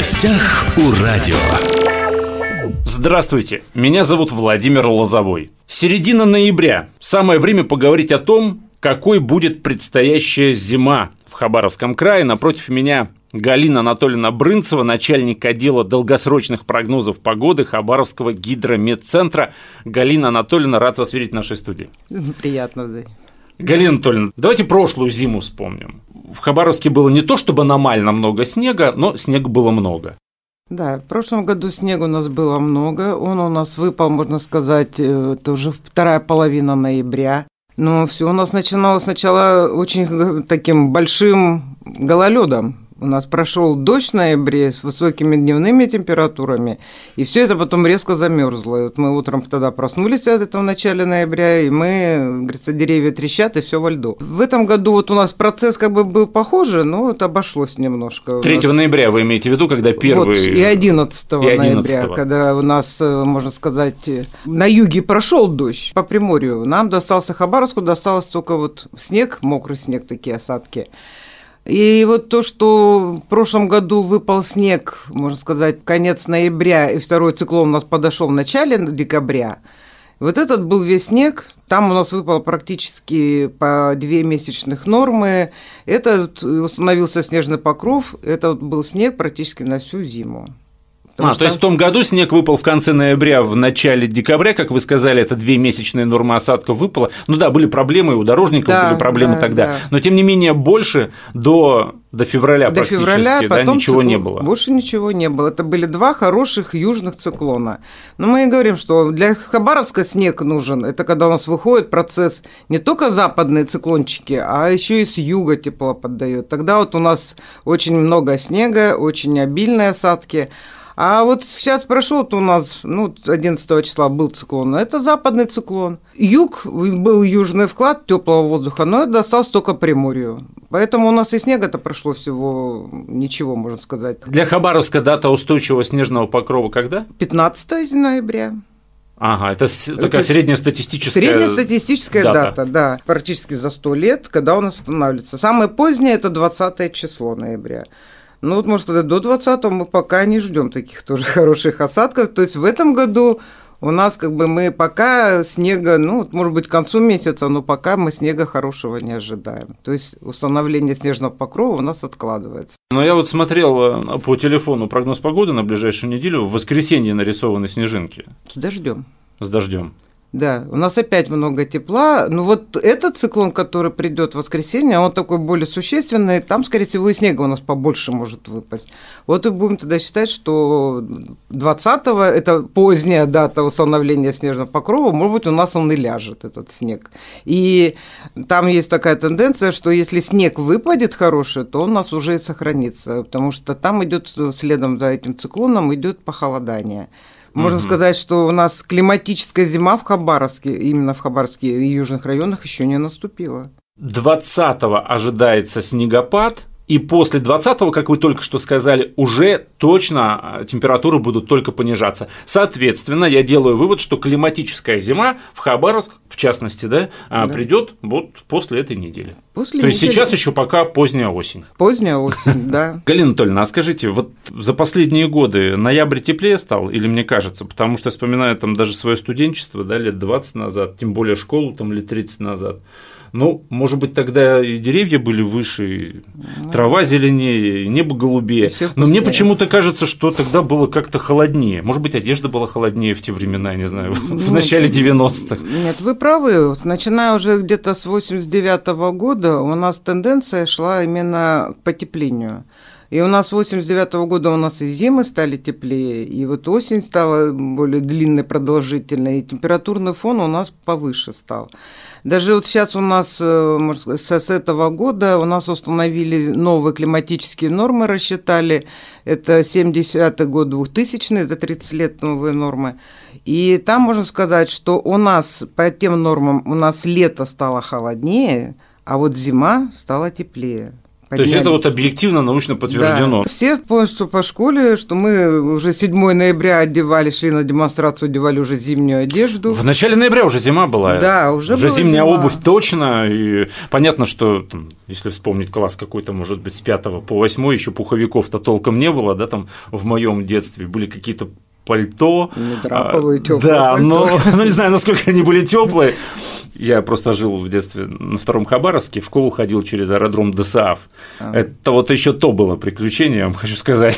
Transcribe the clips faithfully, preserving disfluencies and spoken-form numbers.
гостях у радио. Здравствуйте, меня зовут Владимир Лозовой. Середина ноября. Самое время поговорить о том, какой будет предстоящая зима в Хабаровском крае. Напротив меня Галина Анатольевна Брынцева, начальник отдела долгосрочных прогнозов погоды Хабаровского гидрометцентра. Галина Анатольевна, рад вас видеть в нашей студии. Приятно, да. Галина Анатольевна, давайте прошлую зиму вспомним. В Хабаровске было не то чтобы аномально много снега, но снега было много. Да, в прошлом году снега у нас было много. Он у нас выпал, можно сказать, это уже вторая половина ноября. Но все у нас начиналось сначала очень таким большим гололедом. У нас прошел дождь в ноябре с высокими дневными температурами, и все это потом резко замерзло. Вот мы утром тогда проснулись от этого в начале ноября, и мы, говорится, деревья трещат, и все во льду. В этом году вот у нас процесс как бы был похожий, но вот обошлось немножко. третьего ноября вы имеете в виду, когда первый... Вот, и одиннадцатого ноября, когда у нас, можно сказать, на юге прошел дождь по Приморью. Нам достался Хабаровску, досталось только вот снег, мокрый снег, такие осадки. И вот то, что в прошлом году выпал снег, можно сказать, конец ноября, и второй циклон у нас подошел в начале декабря, вот этот был весь снег, там у нас выпало практически по две месячных нормы, это установился снежный покров, это был снег практически на всю зиму. А, что... то есть в том году снег выпал в конце ноября, в начале декабря, как вы сказали, это две месячные нормы осадков выпало. Ну да, были проблемы, у дорожников да, были проблемы да, тогда. Да. Но тем не менее больше до, до февраля до практически февраля, да, потом ничего цикл... не было. Больше ничего не было. Это были два хороших южных циклона. Но мы и говорим, что для Хабаровска снег нужен. Это когда у нас выходит процесс не только западные циклончики, а еще и с юга тепло поддает. Тогда вот у нас очень много снега, очень обильные осадки. А вот сейчас прошел у нас, ну, одиннадцатого числа был циклон, это западный циклон. Юг, был южный вклад теплого воздуха, но это досталось только Приморью. Поэтому у нас и снега-то прошло всего ничего, можно сказать. Для Хабаровска дата устойчивого снежного покрова когда? пятнадцатого ноября. Ага, это, это такая среднестатистическая Среднестатистическая дата. дата, да, практически за сто лет, когда у нас устанавливается. Самое позднее – это двадцатое число ноября. Ну, вот, можно сказать, до двадцатого мы пока не ждем таких тоже хороших осадков. То есть в этом году у нас как бы мы пока снега, ну, может быть, к концу месяца, но пока мы снега хорошего не ожидаем. То есть установление снежного покрова у нас откладывается. Но я вот смотрел по телефону прогноз погоды на ближайшую неделю. В воскресенье нарисованы снежинки. С дождем. С дождем. Да, у нас опять много тепла, но вот этот циклон, который придет в воскресенье, он такой более существенный, там, скорее всего, и снега у нас побольше может выпасть. Вот и будем тогда считать, что двадцатого, это поздняя дата установления снежного покрова, может быть, у нас он и ляжет, этот снег. И там есть такая тенденция, что если снег выпадет хороший, то он у нас уже и сохранится, потому что там идет следом за этим циклоном идет похолодание. Можно угу. сказать, что у нас климатическая зима в Хабаровске, именно в Хабаровске и южных районах еще не наступила. двадцатого ожидается снегопад, и после двадцатого, как вы только что сказали, уже точно температуры будут только понижаться. Соответственно, я делаю вывод, что климатическая зима в Хабаровск, в частности, да, да. придет вот после этой недели. После То недели. есть сейчас еще пока поздняя осень. Поздняя осень, да. Галина Анатольевна, а скажите, вот за последние годы ноябрь теплее стал, или мне кажется, потому что вспоминаю там даже свое студенчество, да, лет двадцать назад, тем более школу там лет тридцать назад. Ну, может быть, тогда и деревья были выше, и трава зеленее, и небо голубее. Но мне почему-то кажется, что тогда было как-то холоднее. Может быть, одежда была холоднее в те времена, я не знаю, в начале девяностых. Нет, вы правы. Начиная уже где-то с восемьдесят девятого года у нас тенденция шла именно к потеплению. И у нас с восемьдесят девятого года у нас и зимы стали теплее, и вот осень стала более длинной, продолжительной, и температурный фон у нас повыше стал. Даже вот сейчас у нас, можно сказать, с этого года у нас установили новые климатические нормы, рассчитали, это семидесятый год, двухтысячный, это тридцать лет новые нормы. И там можно сказать, что у нас по тем нормам у нас лето стало холоднее, а вот зима стала теплее. То есть это вот объективно научно подтверждено. Да. Все помнят, что по школе, что мы уже седьмого ноября одевали, шли на демонстрацию, одевали уже зимнюю одежду. В начале ноября уже зима была. Да, уже, уже была зимняя зима. обувь точно. И понятно, что там, если вспомнить класс какой-то, может быть, с пятого по восьмой, еще пуховиков-то толком не было, да, там в моем детстве были какие-то пальто. Не драповые, теплые. Да, пальто. но ну, не знаю, насколько они были теплые. Я просто жил в детстве на Втором Хабаровске, в школу ходил через аэродром ДОСААФ. А. Это вот еще то было приключение, я вам хочу сказать.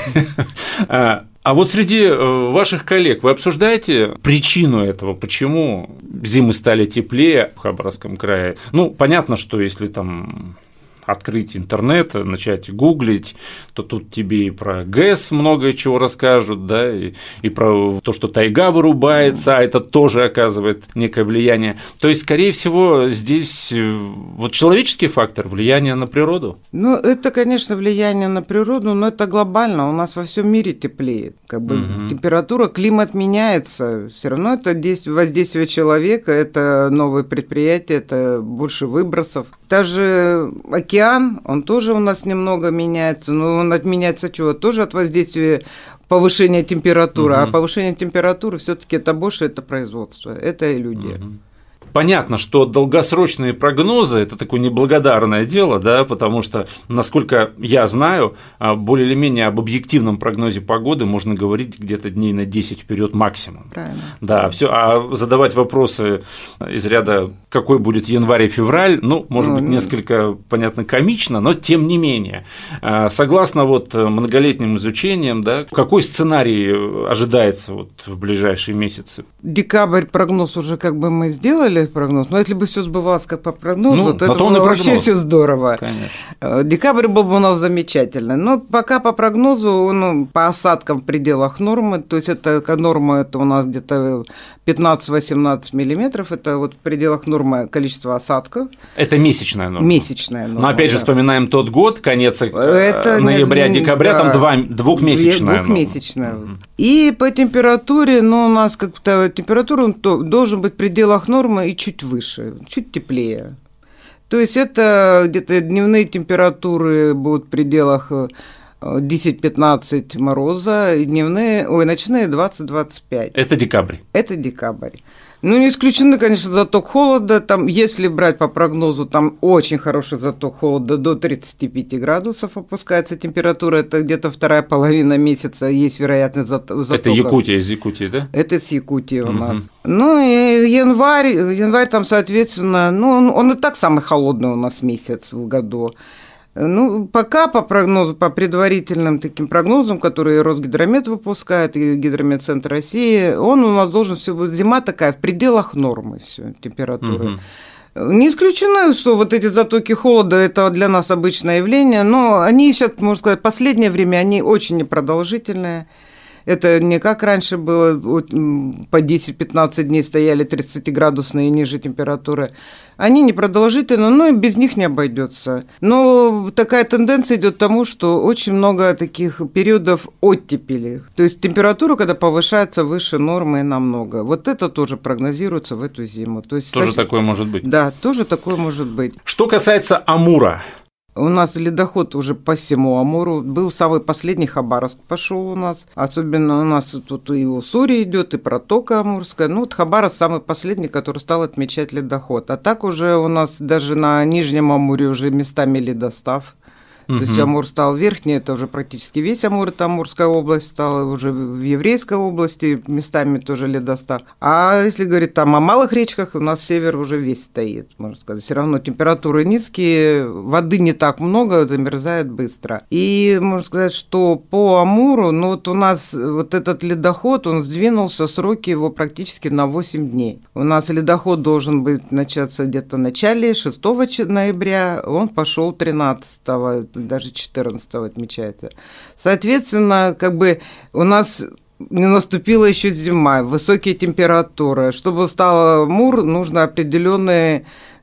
А вот среди ваших коллег вы обсуждаете причину этого, почему зимы стали теплее в Хабаровском крае? Ну, понятно, что если там открыть интернет, начать гуглить, то тут тебе и про ГЭС много чего расскажут, да, и, и про то, что тайга вырубается, а это тоже оказывает некое влияние. То есть, скорее всего, здесь вот человеческий фактор, влияние на природу. Ну, это, конечно, влияние на природу, но это глобально. У нас во всем мире теплеет. Как бы угу. температура, климат меняется. Все равно это воздействие человека, это новые предприятия, это больше выбросов. Даже океан, он тоже у нас немного меняется, но он отменяется чего? Тоже от воздействия повышения температуры, угу. а повышение температуры все-таки это больше, это производство, это иллюзия. Угу. Понятно, что долгосрочные прогнозы – это такое неблагодарное дело, да, потому что, насколько я знаю, более или менее об объективном прогнозе погоды можно говорить где-то дней на десять вперед максимум. Правильно. Да, все, а задавать вопросы из ряда «какой будет январь и февраль», ну, может ну, быть, несколько, понятно, комично, но тем не менее. Согласно вот многолетним изучениям, да, какой сценарий ожидается вот в ближайшие месяцы? Декабрь прогноз уже как бы мы сделали, прогноз. Но если бы все сбывалось как по прогнозу, ну, то это было вообще все здорово. Конечно. Декабрь был бы у нас замечательный. Но пока по прогнозу, ну, по осадкам в пределах нормы, то есть это норма, это у нас где-то пятнадцать-восемнадцать миллиметров, это вот в пределах нормы количество осадков. Это месячная норма. Месячная норма. Но опять же да. вспоминаем тот год, конец это ноября-декабря, да, там два, двухмесячная норма. Двухмесячная. Угу. И по температуре, ну, у нас как-то температура должен быть в пределах нормы и чуть выше, чуть теплее. То есть это где-то дневные температуры будут в пределах десять-пятнадцать мороза, и дневные, ой, ночные двадцать-двадцать пять. Это декабрь. Это декабрь. Ну, не исключены, конечно, заток холода. Там, если брать по прогнозу, там очень хороший заток холода, до тридцати пяти градусов опускается температура. Это где-то вторая половина месяца есть вероятность затока. Это Якутия, из Якутии, да? Это с Якутии у угу. нас. Ну, и январь, январь там, соответственно, ну, он, он и так самый холодный у нас месяц в году. Ну, пока по прогнозу, по предварительным таким прогнозам, которые Росгидромет выпускает и Гидрометцентр России, он у нас должен все быть, зима такая в пределах нормы, все температуры. Угу. Не исключено, что вот эти затоки холода – это для нас обычное явление, но они сейчас, можно сказать, в последнее время они очень непродолжительные. Это не как раньше было, по десять-пятнадцать дней стояли тридцатиградусные и ниже температуры. Они непродолжительны, но и без них не обойдется. Но такая тенденция идет к тому, что очень много таких периодов оттепели. То есть температура, когда повышается выше нормы намного. Вот это тоже прогнозируется в эту зиму. То есть, тоже такое может быть? Да, тоже такое может быть. Что касается Амура. У нас ледоход уже по всему Амуру. Был самый последний, Хабаровск пошел у нас. Особенно у нас тут и Уссурий идет, и протока Амурская. Ну, вот Хабаровск самый последний, который стал отмечать ледоход. А так уже у нас даже на Нижнем Амуре уже местами ледостав. То есть Амур стал верхний, это уже практически весь Амур, это Амурская область стала, уже в Еврейской области местами тоже ледостав. А если говорить там о малых речках, у нас север уже весь стоит, можно сказать. Все равно температуры низкие, воды не так много, замерзает быстро. И можно сказать, что по Амуру, ну вот у нас вот этот ледоход, он сдвинулся, сроки его практически на восемь дней. У нас ледоход должен быть начаться где-то в начале шестого ноября, он пошел тринадцатого, даже четырнадцатого отмечается. Соответственно, как бы у нас не наступила еще зима, высокие температуры. Чтобы стал Амур, нужно определенные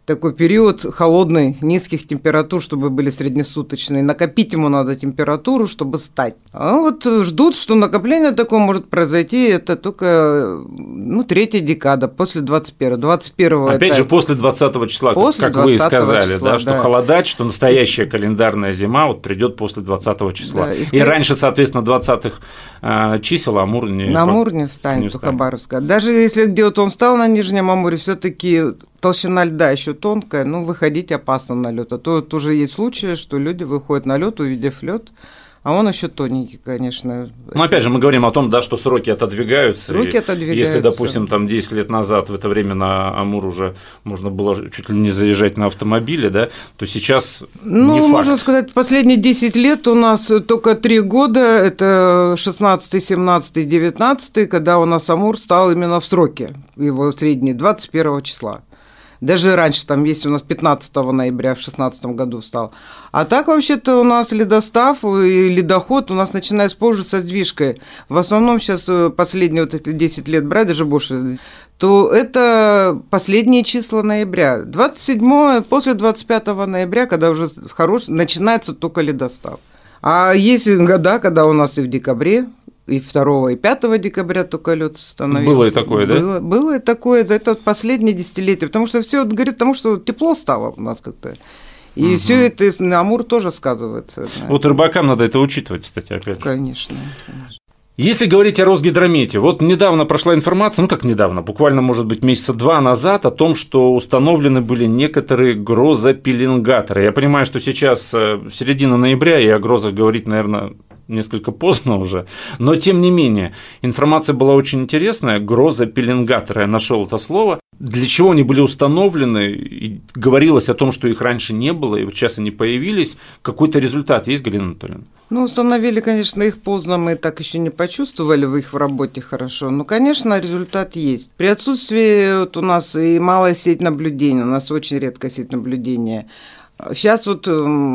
такой период холодный, низких температур, чтобы были среднесуточные. Накопить ему надо температуру, чтобы стать. А вот ждут, что накопление такое может произойти, это только ну, третья декада, после двадцать первого. двадцать первого Опять это... же, после двадцатого числа, после как вы и сказали, числа, да, что да. холодать, что настоящая календарная зима вот придет после двадцатого числа. Да, и, и раньше, соответственно, двадцатых э, чисел Амур не, на Амур не встанет, не встанет. Хабаровска. Даже если где-то он стал на Нижнем Амуре, все-таки толщина льда еще тонкая, ну, выходить опасно на лед. А то тоже есть случаи, что люди выходят на лед, увидев лед, а он еще тоненький, конечно. Но опять же, мы говорим о том, да, что сроки отодвигаются. Сроки отодвигаются. Если, допустим, там десять лет назад в это время на Амур уже можно было чуть ли не заезжать на автомобиле, да, то сейчас ну, не факт. Можно сказать, последние десять лет у нас только три года, это шестнадцатый, семнадцатый, девятнадцатый, когда у нас Амур стал именно в сроке, его средний, двадцать первого числа. Даже раньше, там есть у нас пятнадцатого ноября в шестнадцатом году встал. А так вообще-то у нас ледостав и ледоход у нас начинает позже со сдвижкой. В основном сейчас последние вот эти десять лет брать, даже больше, то это последние числа ноября. двадцать седьмое, после двадцать пятого ноября, когда уже хорош, начинается только ледостав. А есть года, когда у нас и в декабре, и второго, и пятого декабря только лед становился. Было и такое, да? Было, было и такое, да, это вот последнее десятилетие, потому что все говорит тому, что тепло стало у нас как-то. И угу. все это на Амур тоже сказывается. Да. Вот рыбакам надо это учитывать, кстати, опять же. Конечно, конечно. Если говорить о Росгидромете, вот недавно прошла информация, ну как недавно, буквально, может быть, месяца два назад, о том, что установлены были некоторые грозопеленгаторы. Я понимаю, что сейчас середина ноября, и о грозах говорить, наверное, несколько поздно уже, но тем не менее, информация была очень интересная, грозопеленгаторы, я нашел это слово, для чего они были установлены, и говорилось о том, что их раньше не было, и вот сейчас они появились, какой-то результат есть, Галина Анатольевна? Ну, установили, конечно, их поздно, мы так еще не почувствовали в их в работе хорошо, но, конечно, результат есть. При отсутствии вот у нас и малая сеть наблюдения, у нас очень редкая сеть наблюдения. Сейчас вот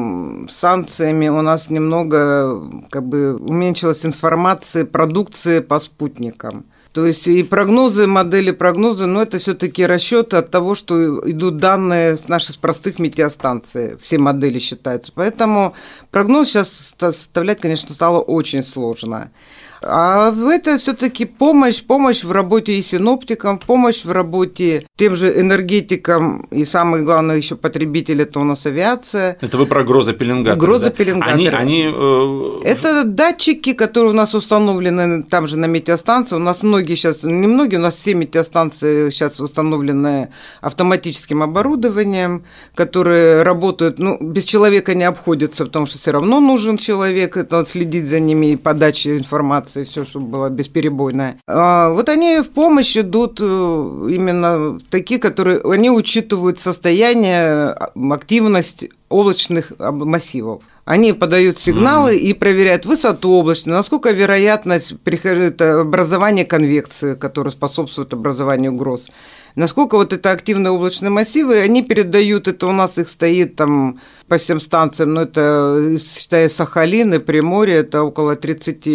с санкциями у нас немного как бы уменьшилась информация, продукции по спутникам. То есть и прогнозы, модели прогнозы, но это все-таки расчеты от того, что идут данные с наших простых метеостанций, все модели считаются. Поэтому прогноз сейчас составлять, конечно, стало очень сложно. А это все-таки помощь, помощь в работе и синоптикам, помощь в работе тем же энергетикам, и самое главное еще потребитель – это у нас авиация. Это вы про грозопеленгаторы, Грозопеленгаторы. Да? Они, они, э... Это датчики, которые у нас установлены там же на метеостанции. У нас многие сейчас, не многие, у нас все метеостанции сейчас установлены автоматическим оборудованием, которые работают, ну, без человека не обходятся, потому что все равно нужен человек, это следить за ними и подача информации. И все, чтобы было бесперебойное. А вот они в помощь идут именно такие, которые они учитывают состояние, активность облачных массивов. Они подают сигналы mm-hmm. и проверяют высоту облачности, насколько вероятность образования конвекции, которая способствует образованию гроз. Насколько вот это активные облачные массивы, они передают, это у нас их стоит там по всем станциям, но это, считая Сахалин и Приморье, это около тридцать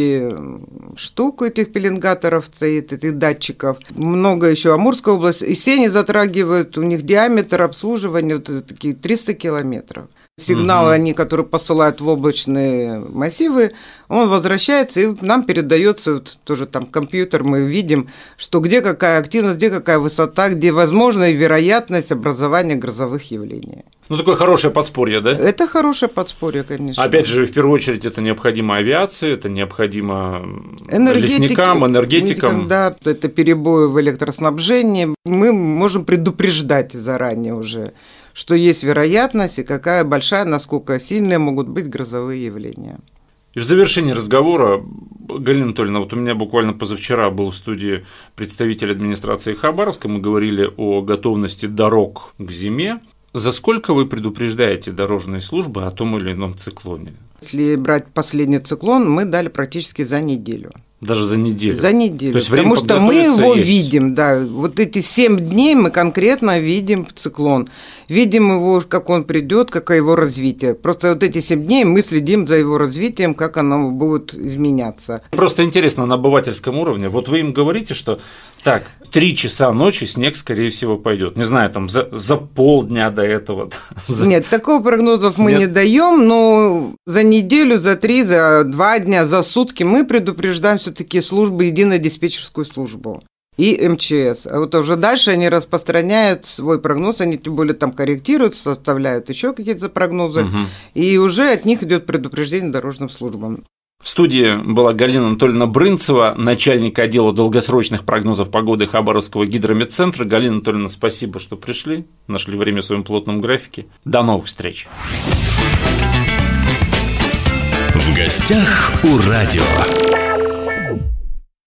штук этих пеленгаторов стоит, этих датчиков. Много еще Амурская область, и все они затрагивают, у них диаметр обслуживания вот такие триста километров. Сигналы, угу. они, которые посылают в облачные массивы, он возвращается и нам передается вот, тоже там компьютер, мы видим, что где какая активность, где какая высота, где возможна вероятность образования грозовых явлений. Ну, такое хорошее подспорье, да? Это хорошее подспорье, конечно. Опять же, в первую очередь, это необходимо авиации, это необходимо лесникам, энергетикам. Да, это перебои в электроснабжении. Мы можем предупреждать заранее уже, что есть вероятность и какая большая, насколько сильные могут быть грозовые явления. И в завершении разговора, Галина Анатольевна, вот у меня буквально позавчера был в студии представитель администрации Хабаровска, мы говорили о готовности дорог к зиме. За сколько вы предупреждаете дорожные службы о том или ином циклоне? Если брать последний циклон, мы дали практически за неделю. Даже за неделю? За неделю, То есть потому что мы его есть. видим, да, вот эти семь дней мы конкретно видим циклон, видим его, как он придет, какое его развитие. Просто вот эти семь дней мы следим за его развитием, как оно будет изменяться. Просто интересно, на обывательском уровне, вот вы им говорите, что так, три часа ночи снег, скорее всего, пойдет. Не знаю, там за, за полдня до этого. Нет, такого прогнозов мы Нет. не даем, но за неделю, за три, за два дня, за сутки мы предупреждаем все-таки службы, единую диспетчерскую службу и эм че эс. А вот уже дальше они распространяют свой прогноз, они тем более там корректируют, составляют еще какие-то прогнозы, угу. и уже от них идет предупреждение дорожным службам. В студии была Галина Анатольевна Брынцева, начальник отдела долгосрочных прогнозов погоды Хабаровского гидрометцентра. Галина Анатольевна, спасибо, что пришли, нашли время в своем плотном графике. До новых встреч. В гостях у радио.